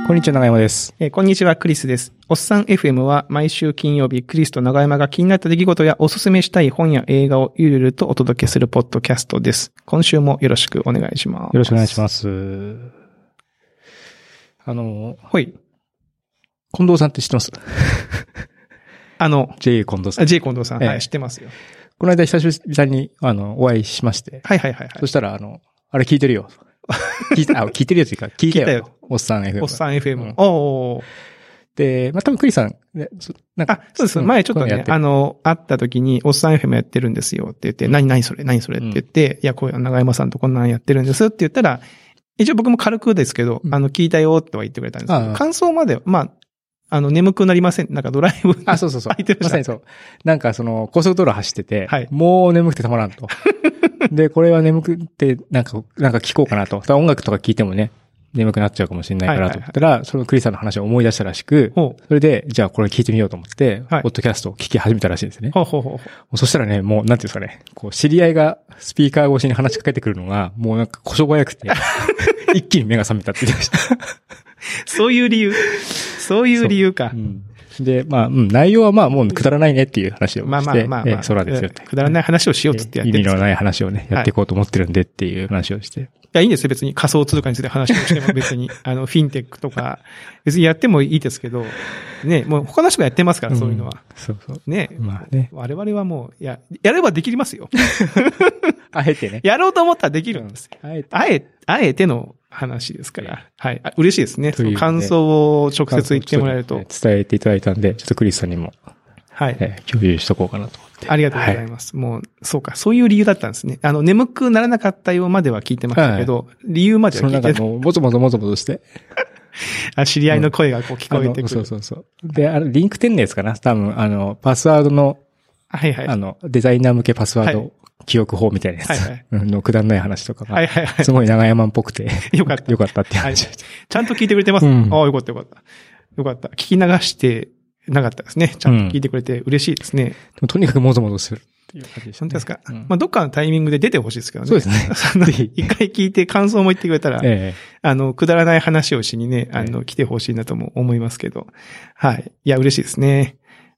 こんにちは、長山です。 こんにちは、クリスです。おっさん FM は毎週金曜日、クリスと長山が気になった出来事やおすすめしたい本や映画をゆるゆるとお届けするポッドキャストです。今週もよろしくお願いします。 よろしくお願いします。 はい。 近藤さんって知ってますJ 近藤さん。 J 近藤さん。はい、知ってますよ。 この間久しぶりに、お会いしまして。 はいはいはい、はい。 そしたら、あれ聞いてるよ。聞いてるよというか、聞いたよ。おっさん FM。 おっさん FM。うん、おー。 で、多分クリさん、 なんか。そうです。前ちょっとね、会った時に、おっさん FM やってるんですよって言って、何それって言って、いや、こういう長山さんとこんなんやってるんですって言ったら、一応僕も軽くですけど、聞いたよとは言ってくれたんですけど、感想まで、眠くなりません。なんかドライブ。 そう。まさにそう。なんか高速道路走ってて、はい、もう眠くてたまらんと。で、これは眠くって、なんか聞こうかなと。音楽とか聞いてもね、眠くなっちゃうかもしれないからと思ったら、そのクリスさんの話を思い出したらしく、それで、じゃあこれ聞いてみようと思って、ポッドキャストを聞き始めたらしいんですね。そしたらね、もう、なんていうんですかね、知り合いがスピーカー越しに話しかけてくるのが、もうなんかこしょばやくて、一気に目が覚めたって言ってました。 そういう理由か。 で、内容はもうくだらないねっていう話をして、空ですよって。 くだらない話をしようっつってやってる。 意味のない話をね、やっていこうと思ってるんでっていう話をして。 いや、いいんですよ。別に仮想通貨について話をしても別に、フィンテックとか、別にやってもいいですけど、ね、もう他の人がやってますから、そういうのは。 そう。 ね。我々はもう、やればできますよ。 あえてね。 やろうと思ったらできるんです。あえての話ですから。はい。嬉しいですね。その感想を直接言ってもらえると。 伝えていただいたんで、ちょっとクリスさんにも、はい。共有しとこうかなと思って。 ありがとうございます。もう、そうか。そういう理由だったんですね。眠くならなかったよまでは聞いてましたけど、理由までは聞いてない。 もぞもぞして。 知り合いの声が聞こえてくる。 そう。で、リンク10のやつかな多分、パスワードの、 はいはい。 デザイナー向けパスワード、記憶法みたいなやつのくだんない話とかが、すごい長山っぽくて、よかったっていう話。 ちゃんと聞いてくれてます。よかった。聞き流してなかったですね。ちゃんと聞いてくれて嬉しいですね。 とにかくもぞもぞするっていう感じですね。 本当ですか。どっかのタイミングで出てほしいですけどね。 そうですね。 一回聞いて感想も言ってくれたら、くだらない話をしにね、来てほしいなとも思いますけど。はい。いや、嬉しいですね。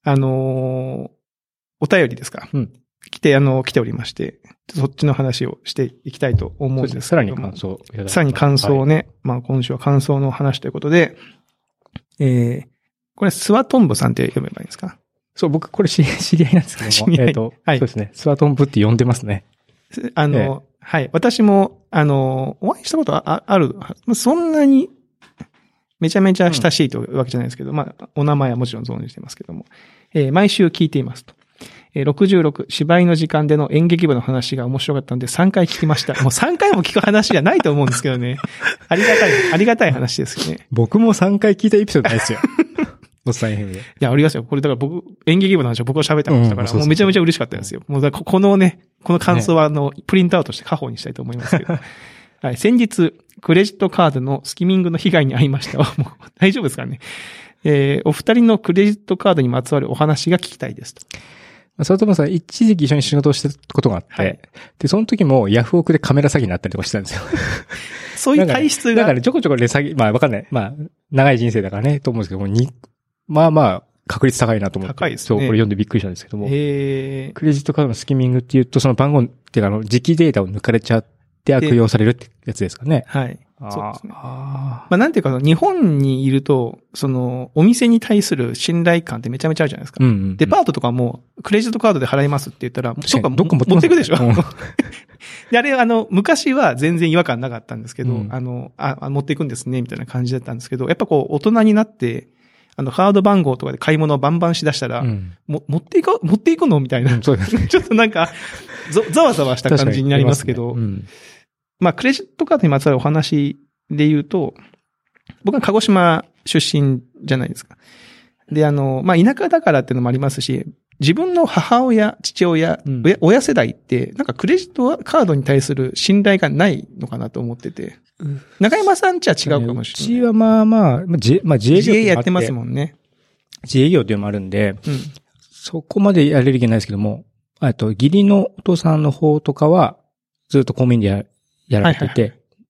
お便りですか。来ておりまして、そっちの話をしていきたいと思うんですけども。 さらに感想。 さらに感想をね、今週は感想の話ということで、これ、スワトンブさんって読めばいいんですか？ そう、僕、これ知り合いなんですけども。はい。そうですね。スワトンブって呼んでますね。 はい。私も、お会いしたことある。そんなに、めちゃめちゃ親しいというわけじゃないですけど、お名前はもちろん存じてますけども、毎週聞いていますと。66、芝居の時間での演劇部の話が面白かったので3回聞きました。もう3回も聞く話じゃないと思うんですけどね。ありがたい話ですよね。 僕も3回聞いたエピソードないですよ。おっさん FM で。 いや、ありますよ。これだから僕、演劇部の話を僕は喋ってましたから、もうめちゃめちゃ嬉しかったですよ。もうだからこの感想はプリントアウトして家宝にしたいと思いますけど。はい、先日、クレジットカードのスキミングの被害に遭いました。もう大丈夫ですかね。お二人のクレジットカードにまつわるお話が聞きたいですと。 それともさ、一時期一緒に仕事をしてたことがあって、で、その時もヤフオクでカメラ詐欺になったりとかしてたんですよ。 そういう体質が。 だからちょこちょこで詐欺、わかんない。長い人生だからね、と思うんですけども、確率高いなと思って。 高いですね。 そう、これ読んでびっくりしたんですけども。クレジットカードのスキミングっていうと、その番号っていうか、磁気データを抜かれちゃって悪用されるってやつですかね。 はい。そうですね。なんていうか、日本にいると、お店に対する信頼感ってめちゃめちゃあるじゃないですか。デパートとかも、クレジットカードで払いますって言ったら、どっか持ってくでしょ。で、あれ、昔は全然違和感なかったんですけど、持っていくんですね、みたいな感じだったんですけど、やっぱ大人になって、カード番号とかで買い物をバンバンしだしたら、持っていくのみたいな。ちょっとなんか、ざわざわした感じになりますけど、クレジットカードにまつわるお話で言うと、僕は鹿児島出身じゃないですか。で、田舎だからっていうのもありますし、自分の母親、父親、親世代って、なんかクレジットカードに対する信頼がないのかなと思ってて。中山さんちは違うかもしれない。 うちは自営業やってますもんね。 自営業っていうのもあるんで、そこまでやれる気ないですけども、義理のお父さんの方とかは、ずっと公務員でやられていて、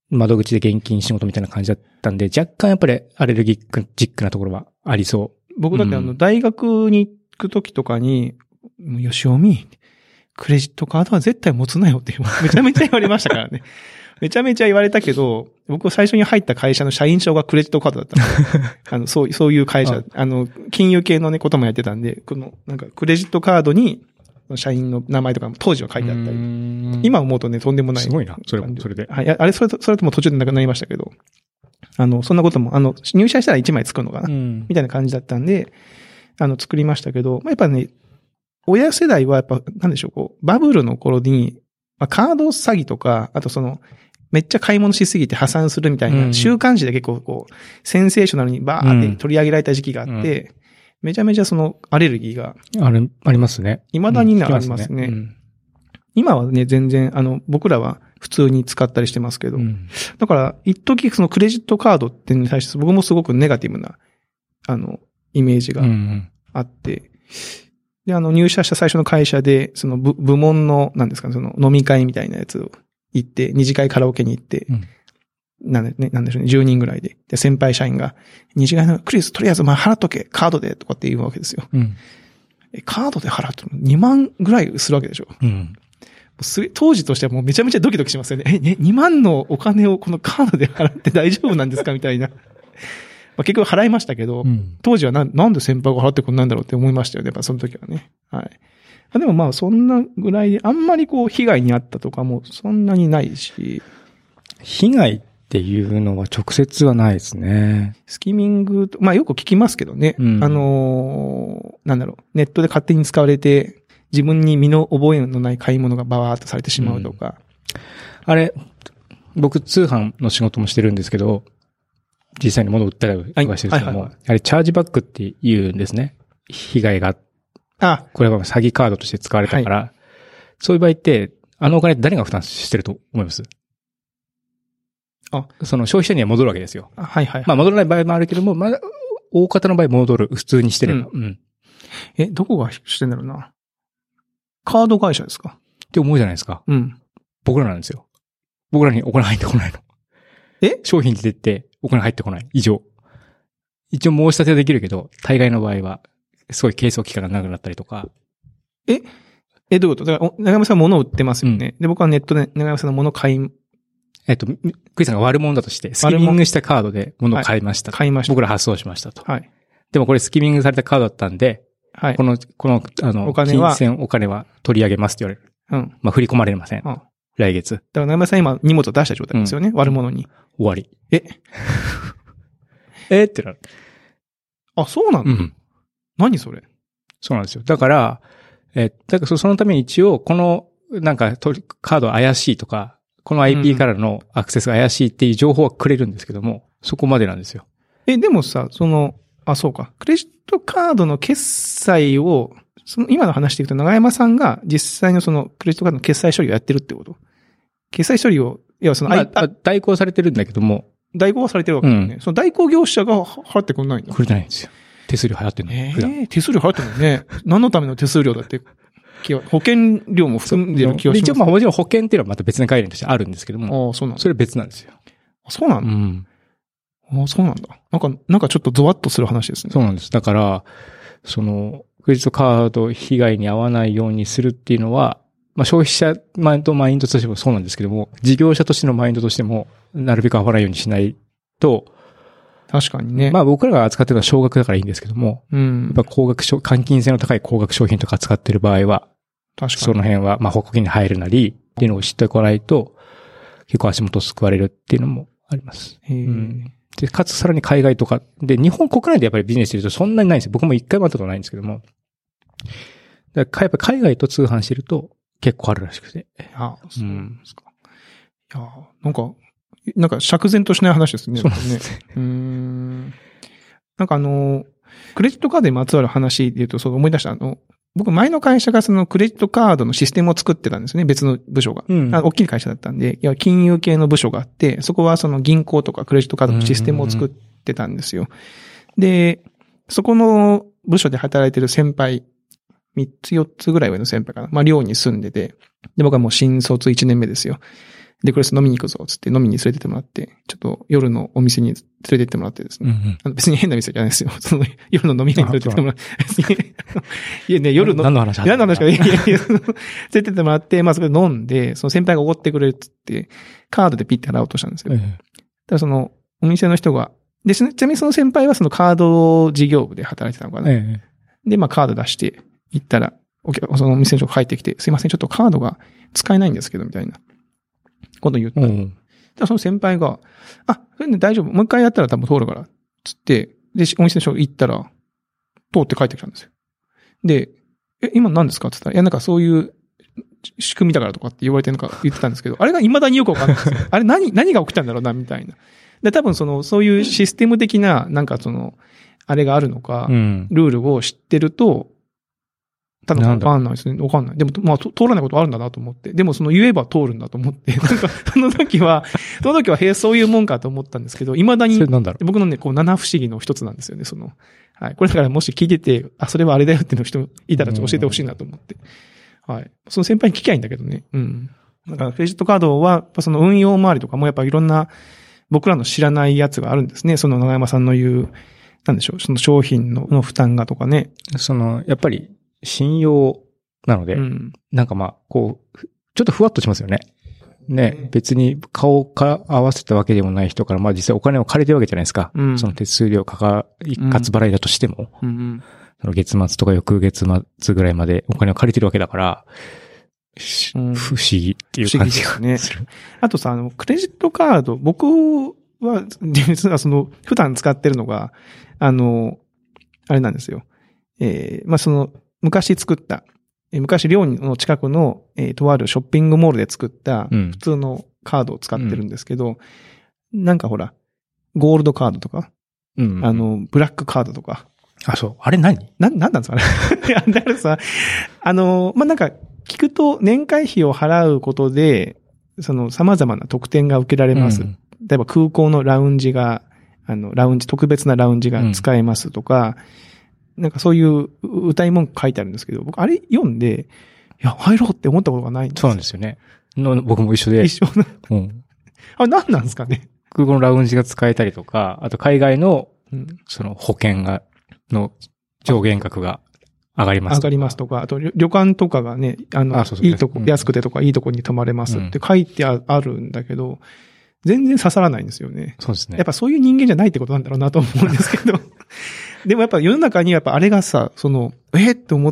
窓口で現金仕事みたいな感じだったんで、若干やっぱりアレルギックなところはありそう。 僕だって大学に行くときとかに、よしおみ、クレジットカードは絶対持つなよってめちゃめちゃ言われましたからね。めちゃめちゃ言われたけど、僕最初に入った会社の社員証がクレジットカードだったので、そういう会社、金融系のね、こともやってたんで、なんかクレジットカードに、社員の名前とかも当時は書いてあったり。今思うとね、とんでもない。 すごいな、それで。 はい。あれ、それとも途中でなくなりましたけど、そんなことも、入社したら1枚作るのかな、みたいな感じだったんで、作りましたけど、やっぱね、親世代はやっぱ、なんでしょう、こう、バブルの頃に、カード詐欺とか、あとめっちゃ買い物しすぎて破産するみたいな、週刊誌で結構こう、センセーショナルにバーって取り上げられた時期があって、めちゃめちゃアレルギーが。 ありますね。 未だにありますね。今はね、全然、僕らは普通に使ったりしてますけど。だから、一時クレジットカードってに対して僕もすごくネガティブな、イメージがあって、で、入社した最初の会社で、部門の、なんですかね、飲み会みたいなやつを行って、二次会カラオケに行って、なんでしょうね、10人ぐらいで。で、先輩社員が、二次会のクリス、とりあえず払っとけ、カードで、とかって言うわけですよ。カードで払って2万ぐらいするわけでしょ。当時としてはもうめちゃめちゃドキドキしますよね。2万のお金をこのカードで払って大丈夫なんですかみたいな。結局払いましたけど、当時はなんで先輩が払ってくんないんだろうって思いましたよね。やっぱその時はね。はい。でもそんなぐらいで、あんまりこう被害に遭ったとかもそんなにないし。 被害っていうのは直接はないですね。 スキミングと、よく聞きますけどね。なんだろう。ネットで勝手に使われて、自分に身の覚えのない買い物がバワーっとされてしまうとか。 あれ、僕通販の仕事もしてるんですけど、実際に物を売ったりとかしてるんですけども、あれチャージバックって言うんですね。被害が。これは詐欺カードとして使われたから、そういう場合って、お金って誰が負担してると思います？消費者には戻るわけですよ。戻らない場合もあるけども、大方の場合戻る。普通にしてれば。 どこがしてんだろうな。カード会社ですかって思うじゃないですか。僕らなんですよ。僕らにお金入ってこないの。商品出てお金入ってこない。一応申し立てはできるけど、大概の場合は、すごい係争期間が長くなったりとか。 どういうこと？だから、長山さんは物を売ってますよね。で、僕はネットで長山さんの物を買い、 クリさんが悪者だとして、スキミングしたカードで物を買いました。 買いました。 僕ら発送しましたと。でもこれスキミングされたカードだったんで、この、お金は取り上げますって言われる。振り込まれません。来月。 だから長山さん今荷物を出した状態ですよね。悪者に。 終わり。ってなる。 そうなの？何それ？ そうなんですよ。だから、そのために一応、この、カード怪しいとか、この IP からのアクセスが怪しいっていう情報はくれるんですけども、そこまでなんですよ。 でもさ、そうか。クレジットカードの決済を、今の話でいくと、長山さんが実際のクレジットカードの決済処理をやってるってこと？決済処理を、 代行されてるんだけども。 代行はされてるわけですね。その代行業者が払ってくんないの？ くれてないんですよ。手数料払ってんの？ 手数料払ってんのね。何のための手数料だって。保険料も含んでる気がします。 一応もちろん保険っていうのはまた別の概念としてあるんですけども。 そうなんだ。 それ別なんですよ。 そうなの？そうなんだ。なんかちょっとゾワッとする話ですね。 そうなんです。だから、クレジットカード被害に遭わないようにするっていうのは、消費者マインドとしてもそうなんですけども、事業者としてのマインドとしても、なるべく合わないようにしないと、 確かにね。 僕らが扱ってるのは少額だからいいんですけども、やっぱ換金性の高い高額商品とか扱ってる場合は、 確かに。 その辺は、保険に入るなり、っていうのを知ってこないと、結構足元を救われるっていうのもあります。で、かつさらに海外とか、で、日本国内でやっぱりビジネスしてるとそんなにないんですよ。僕も一回も会ったことないんですけども。やっぱ海外と通販してると結構あるらしくて。 そうですか。いや、なんか釈然としない話ですね。 そうですね。 クレジットカードにまつわる話で言うと、思い出した僕前の会社がクレジットカードのシステムを作ってたんですね。別の部署が。大きい会社だったんで、金融系の部署があって、そこは銀行とかクレジットカードのシステムを作ってたんですよ。で、そこの部署で働いてる先輩、3つ4つぐらい上の先輩かな。寮に住んでて、で、僕はもう新卒1年目ですよ。 で、クリス飲みに行くぞ、つって飲みに連れてってもらって、ちょっと夜のお店に連れてってもらってですね。別に変な店じゃないですよ。その夜の飲み屋に連れてってもらって。いやね、夜の。 何の話何の話か、いや、連れてってもらって、まあそこで飲んで、その先輩がおごってくれるっつって、カードでピッて払おうとしたんですよ。ただその、お店の人が、で、ちなみにその先輩はそのカード事業部で働いてたのかな。で、まあカード出して行ったら、そのお店の人が帰ってきて、すいません、ちょっとカードが使えないんですけど、みたいなこと言った。だその先輩が、それね、大丈夫。もう一回やったら多分通るから。つって、で、お店の人が行ったら、通って帰ってきたんですよ。で、今何ですかって言ったら、いや、なんかそういう仕組みだからとかって言われてなんか言ってたんですけど、あれが未だによくわかんないんですよ。あれ何が起きたんだろうな、みたいな。で、多分そういうシステム的な、なんかあれがあるのか、ルールを知ってると、ただわかんないですね。わかんない。でも、まあ、通らないことあるんだなと思って。でも、言えば通るんだと思って。なんか、その時は、そういうもんかと思ったんですけど、未だに、僕のね、七不思議の一つなんですよね、はい。これだからもし聞いてて、それはあれだよっていうの人いたらちょっと教えてほしいなと思って。はい。その先輩に聞きゃいいんだけどね。だから、クレジットカードは、やっぱ運用周りとかもやっぱいろんな、僕らの知らないやつがあるんですね。長山さんの言う、なんでしょう、商品の負担がとかね。 やっぱり、信用なので、なんかまあ、ちょっとふわっとしますよね。ね、別に顔か合わせたわけでもない人から、まあ実際お金を借りてるわけじゃないですか。その手数料一括払いだとしても、その月末とか翌月末ぐらいまでお金を借りてるわけだから、不思議っていう感じがする。ね。 あとさ、クレジットカード、僕は、実は普段使ってるのが、あれなんですよ。まあ昔作った、昔寮の近くの、とあるショッピングモールで作った普通のカードを使ってるんですけど、なんかほら、ゴールドカードとか、ブラックカードとか。 そう。あれ何なんなんですかねだからさ、まあ、なんか、聞くと年会費を払うことで、様々な特典が受けられます。例えば空港のラウンジが、特別なラウンジが使えますとか、なんかそういう歌い文句書いてあるんですけど、僕あれ読んで、いや、入ろうって思ったことがないんですよ。 そうなんですよね。僕も一緒で。 一緒な。あれ何なんですかね。 空港のラウンジが使えたりとか、あと海外の、保険の上限額が上がります。 上がりますとか、あと旅館とかがね、いいとこ、安くてとかいいとこに泊まれますって書いてあるんだけど、全然刺さらないんですよね。 そうですね。 やっぱそういう人間じゃないってことなんだろうなと思うんですけど。でもやっぱ世の中にやっぱあれがさ、って思って、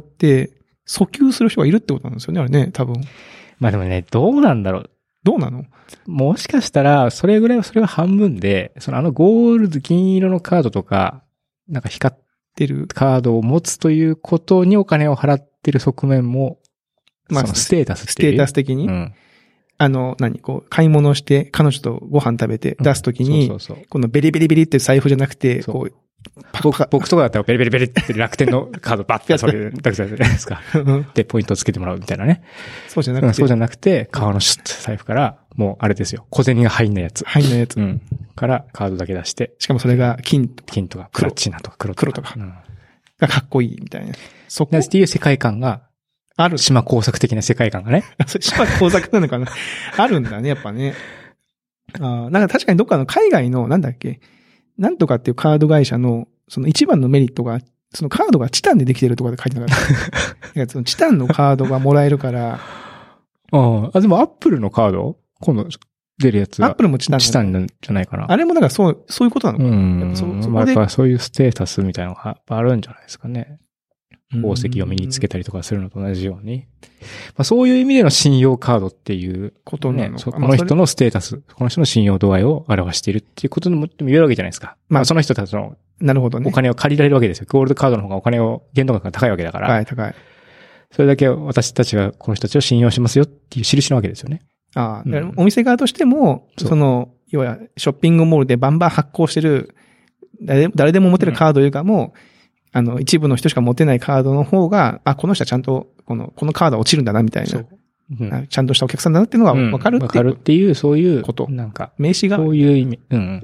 訴求する人がいるってことなんですよね、あれね、多分。 まあでもね、どうなんだろう。 どうなの？ もしかしたら、それは半分で、ゴールド、銀色のカードとか、なんか光ってるカードを持つということにお金を払ってる側面も、まあ、ステータスっていう。 ステータス的に。買い物して、彼女とご飯食べて出すときに、このベリベリベリって財布じゃなくて、 僕とかだったらベリベリベリって楽天のカードバッてそれだけじゃないですか。で、ポイントをつけてもらうみたいなね。 そうじゃなくて、 革のシュッと財布から、もうあれですよ。小銭が入んないやつ。からカードだけ出して。 しかもそれが金とか、プラチナとか黒とか。 がかっこいいみたいな。 っていう世界観が、ある。島工作的な世界観がね。 島工作なのかなあるんだね、やっぱね。なんか確かにどっかの海外の、なんだっけ、なんとかっていうカード会社の、一番のメリットが、カードがチタンでできてるとかで書いてなかった。チタンのカードがもらえるから。 でもアップルのカード今度出るやつは。 アップルもチタンなんじゃないかな。 あれもだからそういうことなのかな。 やっぱそういうステータスみたいなのがあるんじゃないですかね。宝石を身につけたりとかするのと同じように。まあそういう意味での信用カードっていうことね。 この人のステータス、この人の信用度合いを表しているっていうことにも言えるわけじゃないですか。まあその人たちのなるほどね。 お金を借りられるわけですよ。ゴールドカードの方がお金を、限度額が高いわけだから。 はい、高い。 それだけ私たちがこの人たちを信用しますよっていう印なわけですよね。 お店側としても、要はショッピングモールでバンバン発行してる、誰でも持てるカードよりかも、一部の人しか持てないカードの方が、この人はちゃんと、このカードは落ちるんだな、みたいな。ちゃんとしたお客さんだなっていうのが分かるっていう。 分かるっていう、そういうこと。 なんか、 名刺が。 そういう意味。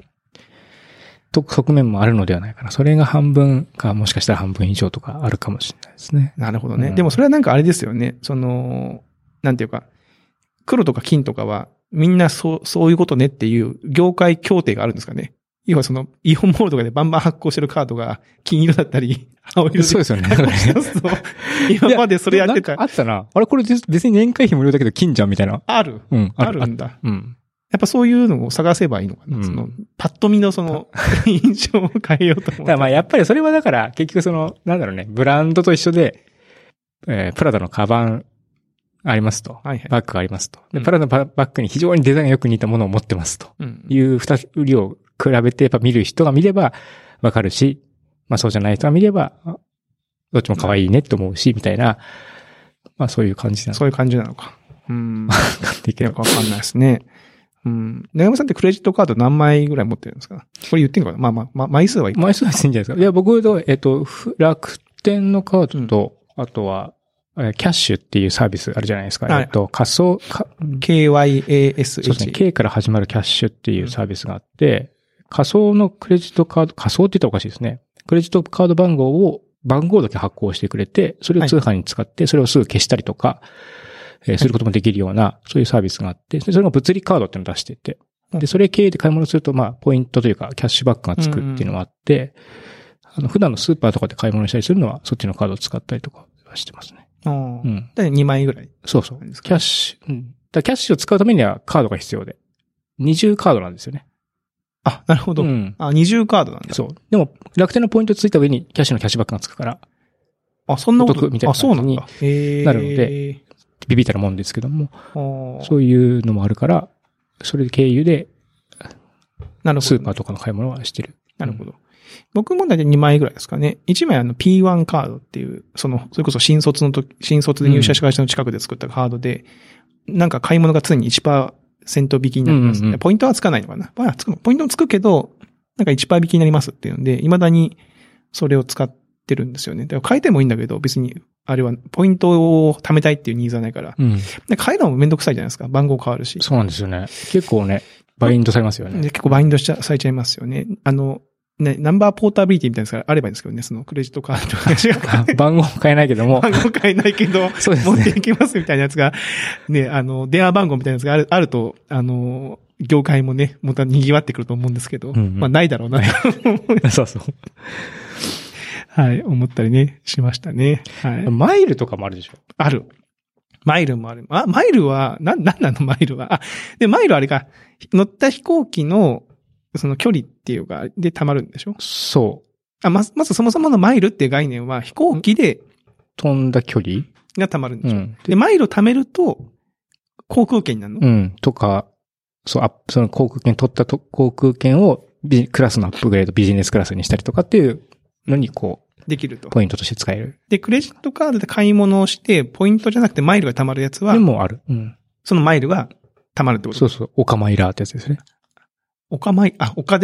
側面もあるのではないかな。それが半分か、もしかしたら半分以上とかあるかもしれないですね。 なるほどね。でもそれはなんかあれですよね。なんていうか、黒とか金とかは、 みんなそういうことねっていう業界協定があるんですかね。要はその、イオンモールとかでバンバン発行してるカードが金色だったり、青色で。 そうですよね。 今までそれやってた。 あったな。あれこれ別に年会費無料だけど金じゃんみたいな。 ある。 うん。 あるんだ。 うん。 やっぱそういうのを探せばいいのかな。その、パッと見のその、印象を変えようと思って。 だからまあやっぱりそれはだから結局その、なんだろうね、ブランドと一緒で、プラダのカバンありますと。はいはい、バッグがありますと。で、プラダのバッグに非常にデザインがよく似たものを持ってますと。いう二つ売りを比べてやっぱ見る人が見ればわかるし、まあそうじゃない人が見れば、どっちも可愛いねって思うし、みたいな、まあそういう感じなの。 そういう感じなのか。できるかわかんないですね。長山さんってクレジットカード何枚ぐらい持ってるんですか？これ言ってんのかな？まあ、枚数はいい。 枚数はいいんじゃないですか。いや、僕と、楽天のカードと、あとは、キャッシュっていうサービスあるじゃないですか。仮想、 KYASH。 そうですね。K から始まるキャッシュっていうサービスがあって、仮想のクレジットカード、仮想って言ったらおかしいですね。クレジットカード番号だけ発行してくれて、それを通販に使って、それをすぐ消したりとか、することもできるような、そういうサービスがあって、それが物理カードっていうのを出していて、で、それ経由で買い物すると、まあ、ポイントというか、キャッシュバックがつくっていうのがあって、普段のスーパーとかで買い物したりするのは、そっちのカードを使ったりとかはしてますね。 で、2枚ぐらい。 そうそう。キャッシュ、キャッシュを使うためにはカードが必要で。二重カードなんですよね。 あ、なるほど。二重カードなんだ。 そう。でも、楽天のポイントついた上にキャッシュのキャッシュバックがつくから。 あ、そんなことお得みたいな感じになるので、ビビったらもんですけども、そういうのもあるから、それ経由で、スーパーとかの買い物はしてる。 なるほど。僕も大体2枚ぐらいですかね。1枚P1 カードっていう、それこそ新卒で入社した会社の近くで作ったカードで、なんか買い物が常に 1% 引きになりますね。ポイントはつかないのかな。ポイントもつくけど、なんか 1% 引きになりますっていうので、未だにそれを使ってるんですよね。だから変えてもいいんだけど、別に、あれはポイントを貯めたいっていうニーズはないから。変えるのもめんどくさいじゃないですか。番号変わるし。 そうなんですよね。結構ね、バインドされますよね。 結構バインドされちゃいますよね。ナンバーポータビリティみたいなやつがあればいいんですけどね、そのクレジットカードとか。 番号変えないけども。 番号変えないけど、そうですね、持っていきますみたいなやつが、ね、電話番号みたいなやつがあると、業界もね、また賑わってくると思うんですけど、まあないだろうな。 そうそう。 はい、思ったりね、しましたね。はい。 マイルとかもあるでしょ？ ある。マイルもある。マイルは、なんなのマイルは。で、マイルはあれか、乗った飛行機の、その距離っていうか、で溜まるんでしょ？ そう。 まずそもそものマイルっていう概念は飛行機で飛んだ距離が溜まるんでしょ？で、マイルを貯めると航空券になるの？ とか、その航空券取った航空券をクラスのアップグレード、ビジネスクラスにしたりとかっていうのにできると。 ポイントとして使える。 で、クレジットカードで買い物をして、ポイントじゃなくてマイルが貯まるやつは。 でもある。 そのマイルが貯まるってこと？ そうそう。オカマイラーってやつですね。 オカマイラー。オカ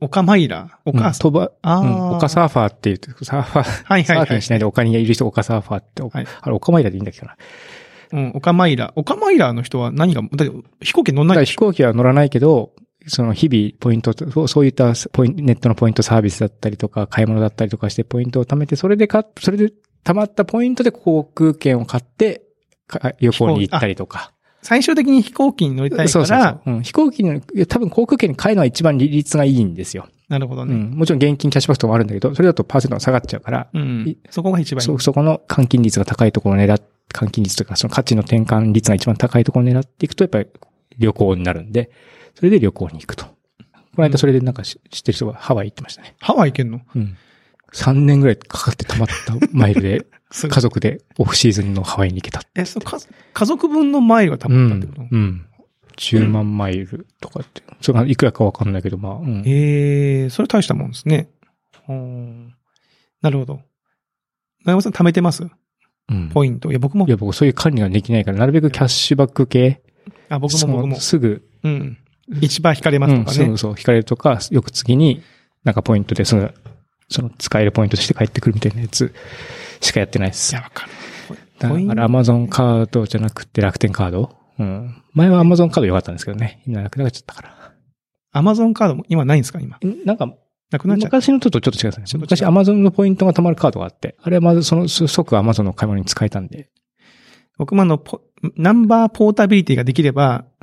サーファーって言って、サーフィンしないでオカにいる人オカサーファーって、あれオカマイラーでいいんだっけな。 オカマイラーの人は何が、だって飛行機乗んないでしょ？ 飛行機は乗らないけど、その日々ポイント、そういったネットのポイントサービスだったりとか、買い物だったりとかしてポイントを貯めて、それで貯まったポイントで航空券を買って、旅行に行ったりとか。 最終的に飛行機に乗りたいから。 そう。飛行機に、多分航空券に買えるのは一番利率がいいんですよ。 なるほどね。 もちろん現金キャッシュバックとかもあるんだけど、それだとパーセントが下がっちゃうから。 そこが一番いい。 そこの換金率が高いところを換金率とか、その価値の転換率が一番高いところを狙っていくと、やっぱり旅行になるんで、それで旅行に行くと。この間それでなんか知ってる人がハワイ行ってましたね。 ハワイ行けんの ？3年ぐらいかかって溜まったマイルで、家族でオフシーズンのハワイに行けた。 家族分のマイルが溜まったってこと ？10万マイルとかって。それがいくらかわかんないけど、まあ。 それ大したもんですね。なるほど。長山さん貯めてます？ポイント。僕も。 僕そういう管理ができないから、なるべくキャッシュバック系。 僕も。 すぐ。 一番引かれますとかね。 そう、引かれるとか、よく次に、なんかポイントで、その使えるポイントとして返ってくるみたいなやつしかやってないです。 いや、わかる。 だからアマゾンカードじゃなくて楽天カード？前はアマゾンカード良かったんですけどね。今なくなっちゃったから。 アマゾンカードも今ないんですか今？ なんか、 なくなっちゃった。 昔のとちょっと違うんですね。昔アマゾンのポイントが貯まるカードがあって、あれはまず即アマゾンの買い物に使えたんで。 僕もナンバーポータビリティができれば、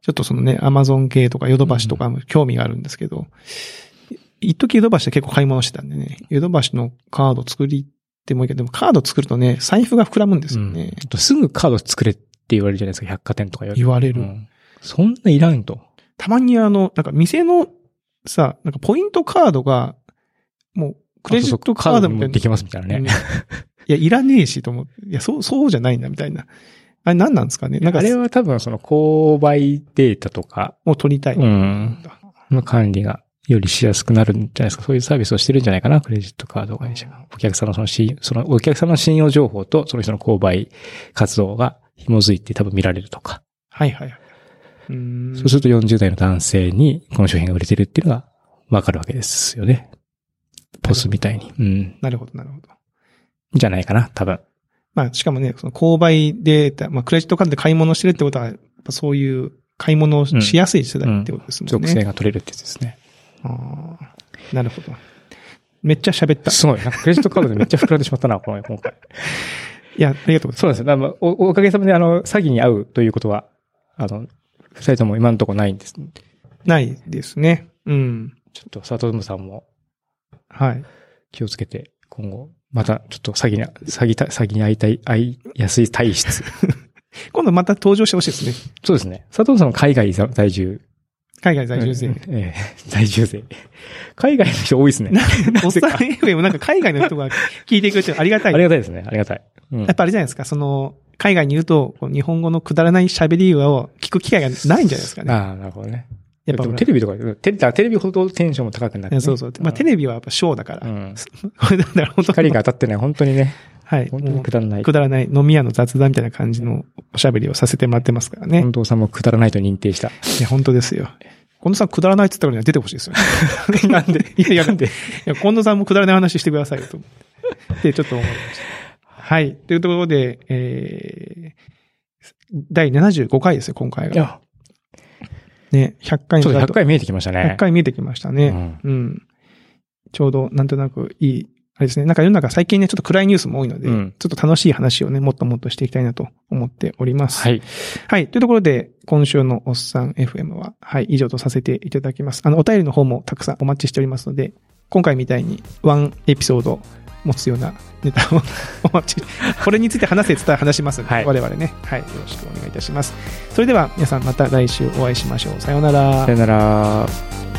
ちょっとそのね、アマゾン系とかヨドバシとかも興味があるんですけど、一時ヨドバシで結構買い物してたんでね、ヨドバシのカード作りってもいいけど、でもカード作るとね、財布が膨らむんですよね。 すぐカード作れって言われるじゃないですか、百貨店とか言われる。 そんないらんと。 たまになんか店のさ、なんかポイントカードが、もうクレジットカードみたいな。 できますみたいなね。 いや、いらねえしと思って。いや、そうじゃないんだみたいな。あれ何なんですかね。なんかあれは多分その購買データとか。 を取りたい。 の管理がよりしやすくなるんじゃないですか。そういうサービスをしてるんじゃないかな、クレジットカード会社が。お客さんのそのお客さんの信用情報とその人の購買活動が紐づいて多分見られるとか。 はいはいはい。 そうすると40代の男性にこの商品が売れてるっていうのがわかるわけですよね。ポスみたいに。 なるほど、なるほど。 じゃないかな、多分。 まあ、しかもね、その購買データ、まあ、クレジットカードで買い物してるってことは、やっぱそういう買い物をしやすい世代ってことですもんね。 属性が取れるってやつですね。 なるほど。めっちゃ喋った。 すごい。なんかクレジットカードでめっちゃ膨らんでしまったな、今回。 いや、ありがとうございます。 そうですね。おかげさまで詐欺に遭うということは、二人とも今のところないんです。 ないですね。ちょっと佐藤さんも、 はい。 気をつけて、今後、またちょっと詐欺に遭いやすい体質。 今度また登場してほしいですね。 そうですね。佐藤さんは海外在住。 海外在住税。 在住税。海外の人多いですね。 おっさん FM なんか海外の人が聞いてくれてありがたい。 ありがたいですね。ありがたい。 やっぱあれじゃないですか、海外にいると、日本語のくだらない喋りを聞く機会がないんじゃないですかね。 ああ、なるほどね。やっぱテレビとか、テレビほどテンションも高くなって、ね。 そうそう。まあテレビはやっぱショーだから。 光が当たってね、本当にね。 はい。 本当にくだらない。 くだらない。飲み屋の雑談みたいな感じのおしゃべりをさせてもらってますからね。 近藤さんもくだらないと認定した。いや、本当ですよ。近藤さんくだらないって言ったからには出てほしいですよね。なんでいや、近藤さんもくだらない話してくださいよと思って。ちょっと思いました。はい。というところで、第75回ですよ、今回が。ね、100回ちょっと100回見えてきましたね。 100回見えてきましたね。ちょうど、なんとなくいい、あれですね。なんか世の中最近ね、ちょっと暗いニュースも多いので、ちょっと楽しい話をね、もっともっとしていきたいなと思っております。 はい。 はい。というところで、今週のおっさん FM は、はい、以上とさせていただきます。お便りの方もたくさんお待ちしておりますので、今回みたいにワンエピソード持つようなネタをお待ち。これについて話せって言ったら話しますので、我々ね。はい。よろしくお願いいたします。それでは皆さんまた来週お会いしましょう。さようなら。 さようなら。